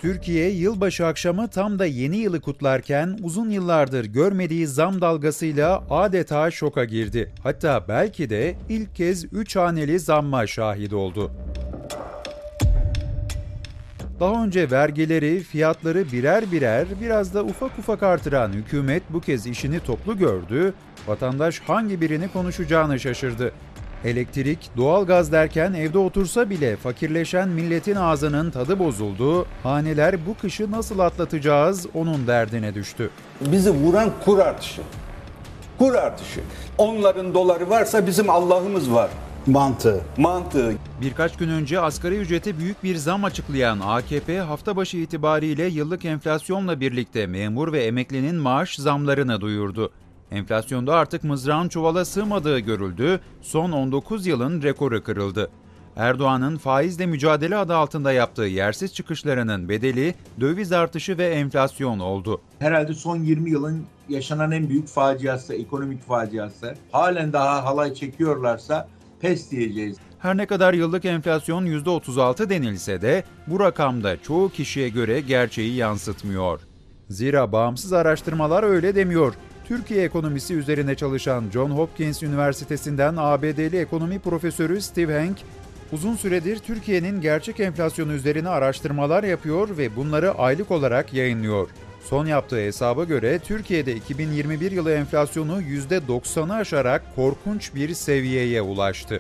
Türkiye yılbaşı akşamı tam da yeni yılı kutlarken uzun yıllardır görmediği zam dalgasıyla adeta şoka girdi. Hatta belki de ilk kez 3 haneli zamma şahit oldu. Daha önce vergileri, fiyatları birer birer biraz da ufak ufak artıran hükümet bu kez işini toplu gördü, vatandaş hangi birini konuşacağını şaşırdı. Elektrik, doğalgaz derken evde otursa bile fakirleşen milletin ağzının tadı bozuldu, haneler bu kışı nasıl atlatacağız onun derdine düştü. Bizi vuran kur artışı. Kur artışı. Onların doları varsa bizim Allah'ımız var. Mantığı. Birkaç gün önce asgari ücrete büyük bir zam açıklayan AKP hafta başı itibariyle yıllık enflasyonla birlikte memur ve emeklinin maaş zamlarını duyurdu. Enflasyonda artık mızrağın çuvala sığmadığı görüldü, son 19 yılın rekoru kırıldı. Erdoğan'ın faizle mücadele adı altında yaptığı yersiz çıkışlarının bedeli döviz artışı ve enflasyon oldu. Herhalde son 20 yılın yaşanan en büyük faciası, ekonomik faciası. Halen daha halay çekiyorlarsa pes diyeceğiz. Her ne kadar yıllık enflasyon %36 denilse de bu rakamda çoğu kişiye göre gerçeği yansıtmıyor. Zira bağımsız araştırmalar öyle demiyor. Türkiye ekonomisi üzerine çalışan Johns Hopkins Üniversitesi'nden ABD'li ekonomi profesörü Steve Hank, uzun süredir Türkiye'nin gerçek enflasyonu üzerine araştırmalar yapıyor ve bunları aylık olarak yayınlıyor. Son yaptığı hesaba göre Türkiye'de 2021 yılı enflasyonu %90'ı aşarak korkunç bir seviyeye ulaştı.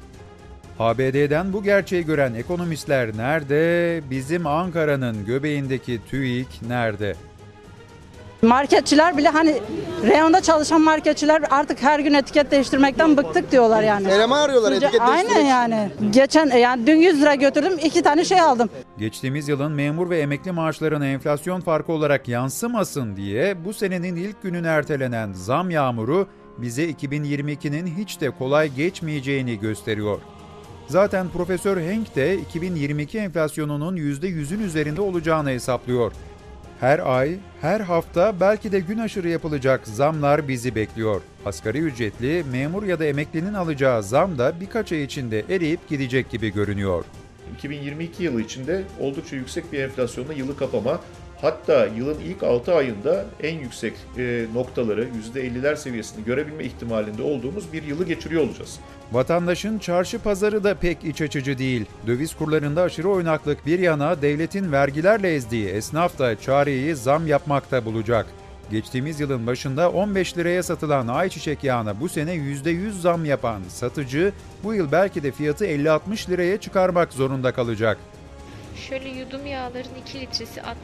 ABD'den bu gerçeği gören ekonomistler nerede? Bizim Ankara'nın göbeğindeki TÜİK nerede? Marketçiler bile reyonda çalışan marketçiler artık her gün etiket değiştirmekten bıktık diyorlar yani. Eleman arıyorlar etiket değiştirmek. Aynen yani. Dün 100 lira götürdüm 2 tane şey aldım. Geçtiğimiz yılın memur ve emekli maaşlarına enflasyon farkı olarak yansımasın diye bu senenin ilk gününe ertelenen zam yağmuru bize 2022'nin hiç de kolay geçmeyeceğini gösteriyor. Zaten Profesör Henk de 2022 enflasyonunun %100'ün üzerinde olacağını hesaplıyor. Her ay, her hafta belki de gün aşırı yapılacak zamlar bizi bekliyor. Asgari ücretli, memur ya da emeklinin alacağı zam da birkaç ay içinde eriyip gidecek gibi görünüyor. 2022 yılı içinde oldukça yüksek bir enflasyonla yılı kapama, hatta yılın ilk 6 ayında en yüksek noktaları %50'ler seviyesini görebilme ihtimalinde olduğumuz bir yılı geçiriyor olacağız. Vatandaşın çarşı pazarı da pek iç açıcı değil. Döviz kurlarında aşırı oynaklık bir yana devletin vergilerle ezdiği esnaf da çareyi zam yapmakta bulacak. Geçtiğimiz yılın başında 15 liraya satılan ayçiçek yağına bu sene %100 zam yapan satıcı bu yıl belki de fiyatı 50-60 liraya çıkarmak zorunda kalacak. Şöyle yudum yağların 2 litresi 68.90,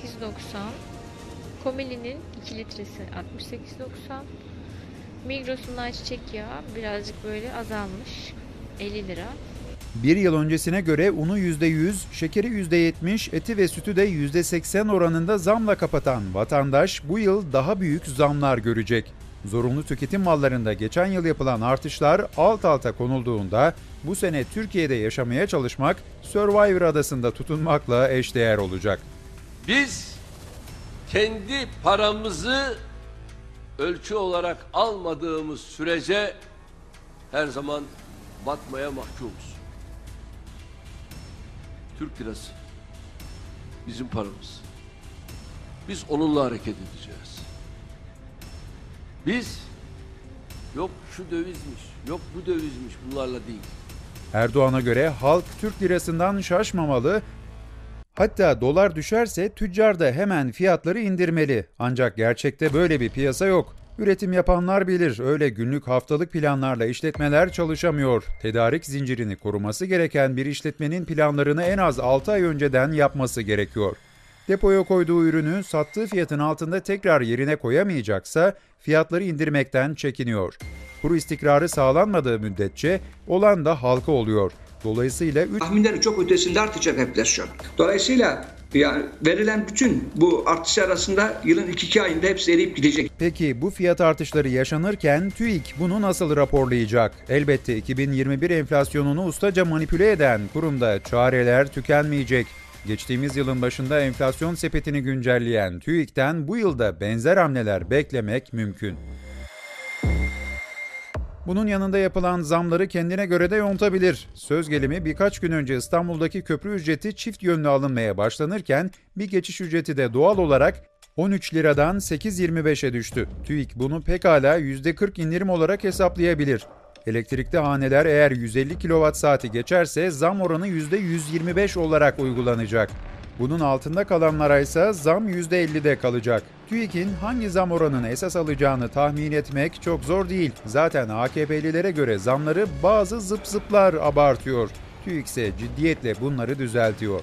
Komili'nin 2 litresi 68.90, Migros'un ayçiçek yağı birazcık böyle azalmış, 50 lira. Bir yıl öncesine göre unu %100, şekeri %70, eti ve sütü de %80 oranında zamla kapatan vatandaş bu yıl daha büyük zamlar görecek. Zorunlu tüketim mallarında geçen yıl yapılan artışlar alt alta konulduğunda bu sene Türkiye'de yaşamaya çalışmak Survivor adasında tutunmakla eşdeğer olacak. Biz kendi paramızı ölçü olarak almadığımız sürece her zaman batmaya mahkumuz. Türk lirası bizim paramız. Biz onunla hareket edeceğiz. Biz yok şu dövizmiş, yok bu dövizmiş bunlarla değil. Erdoğan'a göre halk Türk lirasından şaşmamalı, hatta dolar düşerse tüccar da hemen fiyatları indirmeli. Ancak gerçekte böyle bir piyasa yok. Üretim yapanlar bilir, öyle günlük haftalık planlarla işletmeler çalışamıyor. Tedarik zincirini koruması gereken bir işletmenin planlarını en az 6 ay önceden yapması gerekiyor. Depoya koyduğu ürünü sattığı fiyatın altında tekrar yerine koyamayacaksa fiyatları indirmekten çekiniyor. Kur istikrarı sağlanmadığı müddetçe olan da halka oluyor. Dolayısıyla tahminlerin çok ötesinde artacak enflasyon. Dolayısıyla verilen bütün bu artış arasında yılın ilk 2 ayında hepsi eriyip gidecek. Peki bu fiyat artışları yaşanırken TÜİK bunu nasıl raporlayacak? Elbette 2021 enflasyonunu ustaca manipüle eden kurumda çareler tükenmeyecek. Geçtiğimiz yılın başında enflasyon sepetini güncelleyen TÜİK'ten bu yılda benzer hamleler beklemek mümkün. Bunun yanında yapılan zamları kendine göre de yontabilir. Söz gelimi birkaç gün önce İstanbul'daki köprü ücreti çift yönlü alınmaya başlanırken bir geçiş ücreti de doğal olarak 13 liradan 8.25'e düştü. TÜİK bunu pekala %40 indirim olarak hesaplayabilir. Elektrikli haneler eğer 150 kWh geçerse zam oranı %125 olarak uygulanacak. Bunun altında kalanlara ise zam %50'de kalacak. TÜİK'in hangi zam oranını esas alacağını tahmin etmek çok zor değil. Zaten AKP'lilere göre zamları bazı zıp zıplar abartıyor. TÜİK ise ciddiyetle bunları düzeltiyor.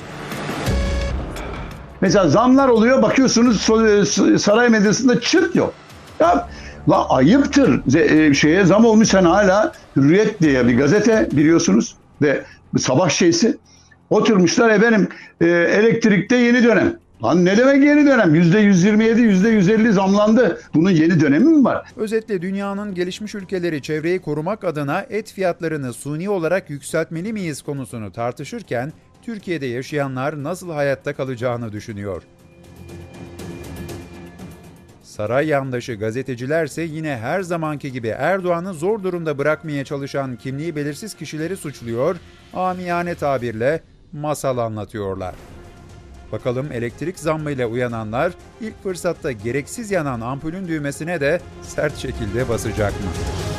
Mesela zamlar oluyor, bakıyorsunuz saray medyasında çıt yok. Ya ayıptır. Zam olmuş, sen hala Hürriyet diye bir gazete biliyorsunuz ve sabah şeysi. Oturmuşlar elektrikte yeni dönem. Lan ne demek yeni dönem? %127, %150 zamlandı. Bunun yeni dönemi mi var? Özetle dünyanın gelişmiş ülkeleri çevreyi korumak adına et fiyatlarını suni olarak yükseltmeli miyiz konusunu tartışırken Türkiye'de yaşayanlar nasıl hayatta kalacağını düşünüyor. Saray yandaşı gazetecilerse yine her zamanki gibi Erdoğan'ı zor durumda bırakmaya çalışan kimliği belirsiz kişileri suçluyor, amiyane tabirle masal anlatıyorlar. Bakalım elektrik zammıyla uyananlar ilk fırsatta gereksiz yanan ampulün düğmesine de sert şekilde basacak mı?